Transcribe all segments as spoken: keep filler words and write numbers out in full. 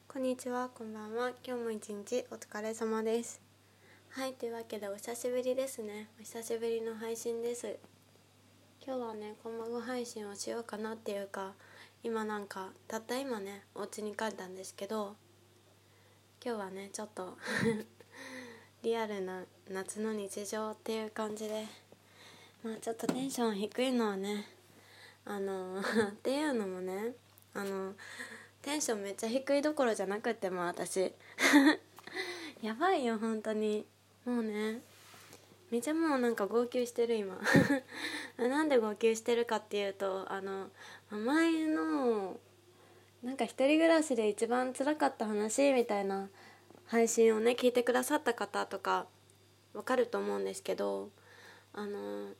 こんにちは、こんばんは。今日も一日お疲れ様です。はい、というわけでお久しぶりですね。お久しぶりの配信です。今日はね、こまご配信をしようかなっていうか、今なんかたった今ね、お家に帰ったんですけど、今日はね、ちょっとリアルな夏の日常っていう感じで、まあちょっとテンション低いのはね、あのっていうのもね、あのテンションめっちゃ低いどころじゃなくっても私やばいよ本当に。もうねめっちゃもうなんか号泣してる今なんで号泣してるかっていうと、あの前のなんか一人暮らしで一番辛かった話みたいな配信をね聞いてくださった方とかわかると思うんですけど、あの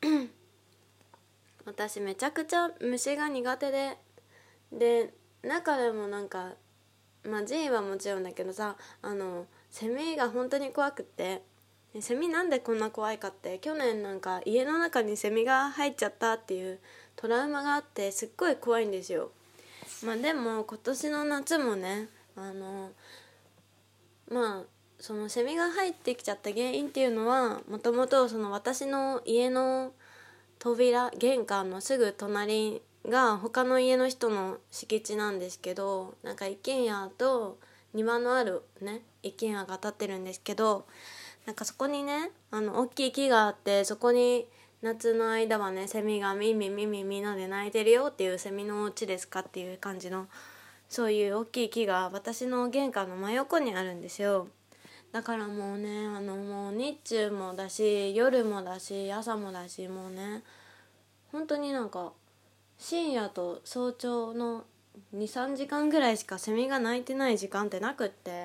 私めちゃくちゃ虫が苦手でで中でもなんかまあ G はもちろんだけどさ、あのセミが本当に怖くって、セミなんでこんな怖いかって、去年なんか家の中にセミが入っちゃったっていうトラウマがあって、すっごい怖いんですよ。まあでも今年の夏もね、あのまあそのセミが入ってきちゃった原因っていうのは、もともとその私の家の扉玄関のすぐ隣が他の家の人の敷地なんですけど、なんか一軒家と庭のあるね一軒家が建ってるんですけど、なんかそこにねあの大きい木があって、そこに夏の間はねセミがミンミンミンミンみんなで鳴いてるよっていう、セミのお家ですかっていう感じの、そういう大きい木が私の玄関の真横にあるんですよ。だからもうね、あのもう日中もだし夜もだし朝もだし、もうね本当になんか深夜と早朝のにさんじかんぐらいしかセミが鳴いてない時間ってなくって、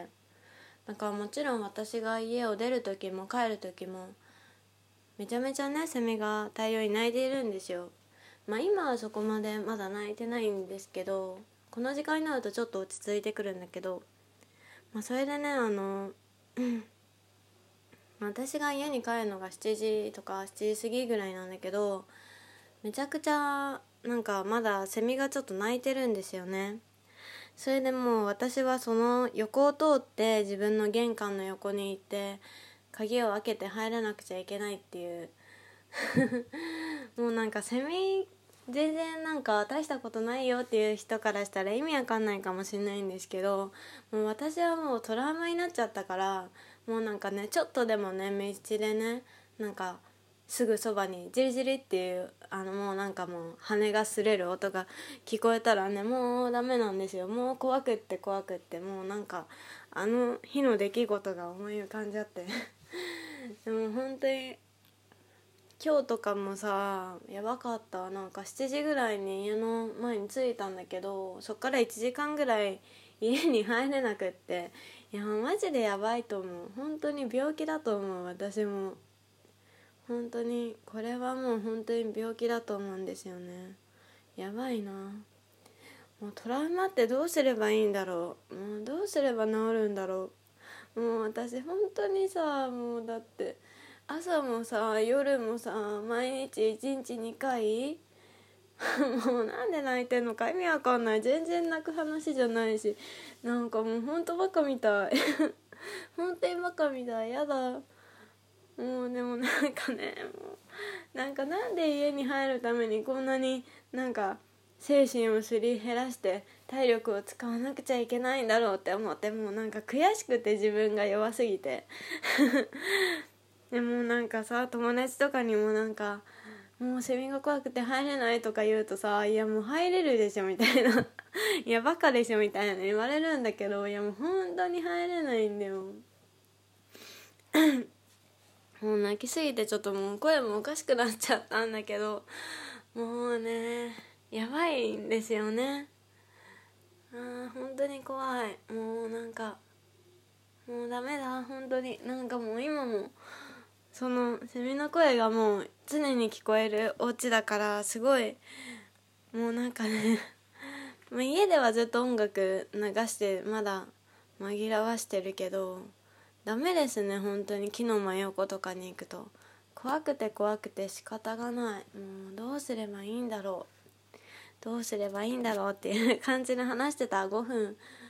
だからもちろん私が家を出る時も帰る時もめちゃめちゃねセミが大量に鳴いているんですよ。まあ今はそこまでまだ鳴いてないんですけど、この時間になるとちょっと落ち着いてくるんだけど、まあそれでね、あの私が家に帰るのがしちじとかしちじ過ぎぐらいなんだけど、めちゃくちゃなんかまだセミがちょっと鳴いてるんですよね。それでもう私はその横を通って自分の玄関の横に行って鍵を開けて入らなくちゃいけないっていうもうなんかセミ全然なんか大したことないよっていう人からしたら意味わかんないかもしれないんですけど、もう私はもうトラウマになっちゃったから、もうなんかねちょっとでもね道でねなんかすぐそばにジリジリっていうあのもうなんかもう羽が擦れる音が聞こえたらね、もうダメなんですよ。もう怖くって怖くって、もうなんかあの日の出来事が思い浮かんじゃってでも本当に今日とかもさやばかった。なんかしちじぐらいに家の前に着いたんだけど、そっからいちじかんぐらい家に入れなくって、いやマジでやばいと思う。本当に病気だと思う。私も本当にこれはもう本当に病気だと思うんですよね。やばいな。もうトラウマってどうすればいいんだろう。もうどうすれば治るんだろう。もう私本当にさ、もうだって朝もさ夜もさ毎日いちにちにかいもうなんで泣いてんのか意味わかんない。全然泣く話じゃないし、なんかもうほんとバカみたい本当にバカみたい。やだ。もうでもなんかね、もうなんかなんで家に入るためにこんなになんか精神をすり減らして体力を使わなくちゃいけないんだろうって思って、もうなんか悔しくて自分が弱すぎてでもなんかさ友達とかにもなんかもうセミが怖くて入れないとか言うとさ、いやもう入れるでしょみたいないやバカでしょみたいな言われるんだけど、いやもう本当に入れないんだよもう泣きすぎてちょっともう声もおかしくなっちゃったんだけど、もうねやばいんですよね。あー本当に怖い。もうなんかもうダメだ本当に。なんかもう今もそのセミの声がもう常に聞こえるお家だから、すごいもうなんかね家ではずっと音楽流してまだ紛らわしてるけど、ダメですね本当に。木の真横とかに行くと怖くて怖くて仕方がない。もうどうすればいいんだろうどうすればいいんだろうっていう感じで話してたごふん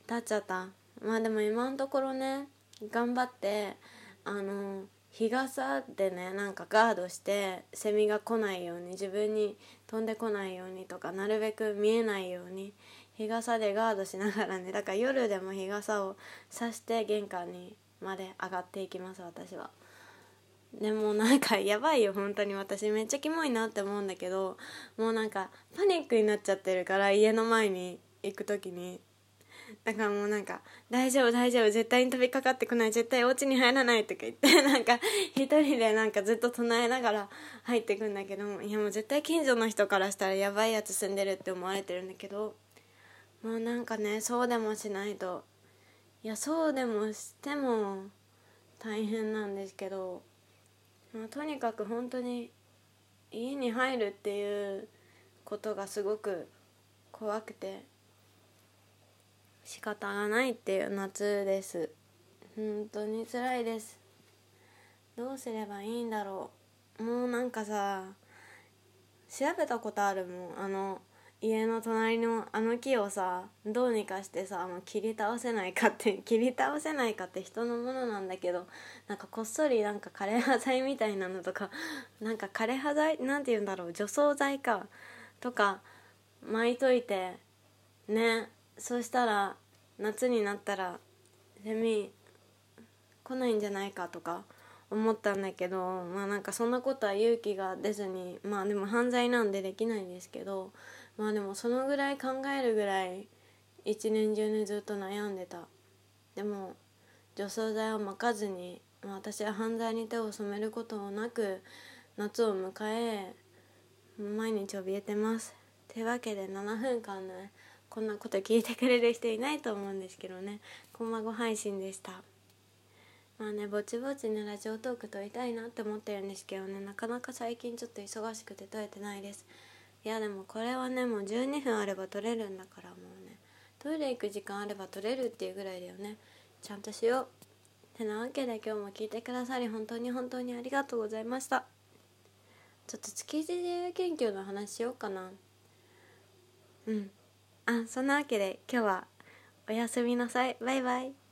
経っちゃった。まあでも今のところね頑張ってあの日傘でねなんかガードしてセミが来ないように、自分に飛んでこないようにとか、なるべく見えないように日傘でガードしながらね、だから夜でも日傘を差して玄関にまで上がっていきます私は。でもなんかやばいよ本当に、私めっちゃキモいなって思うんだけど、もうなんかパニックになっちゃってるから、家の前に行く時にだからもうなんか大丈夫大丈夫絶対に飛びかかってこない、絶対お家に入らないとか言ってなんか一人でなんかずっと唱えながら入ってくんだけど、いやもう絶対近所の人からしたらやばいやつ住んでるって思われてるんだけど、もうなんかねそうでもしないと、いやそうでもしても大変なんですけど、まあ、とにかく本当に家に入るっていうことがすごく怖くて仕方がないっていう夏です。本当に辛いです。どうすればいいんだろう。もうなんかさ調べたことあるもん、あの家の隣のあの木をさどうにかしてさもう切り倒せないかって切り倒せないかって人のものなんだけど、なんかこっそりなんか枯葉剤みたいなのとかなんか枯葉剤なんて言うんだろう、除草剤かとか巻いといてね、そしたら夏になったらセミ来ないんじゃないかとか思ったんだけど、まあなんかそんなことは勇気が出ずに、まあでも犯罪なんでできないんですけど、まあでもそのぐらい考えるぐらい一年中にずっと悩んでた。でも除草剤をまかずに、まあ、私は犯罪に手を染めることもなく夏を迎え毎日怯えてます。というわけでななふんかんねこんなこと聞いてくれる人いないと思うんですけどね、こまご配信でした。まあねぼちぼちねラジオトーク撮りたいなって思ってるんですけどね、なかなか最近ちょっと忙しくて撮れてないです。いやでもこれはねもうじゅうにふんあれば撮れるんだから、もうねトイレ行く時間あれば撮れるっていうぐらいだよね。ちゃんとしよう。てなわけで今日も聞いてくださり本当に本当にありがとうございました。ちょっと築地自由研究の話しようかな。うんあそんなわけで今日はおやすみなさい。バイバイ。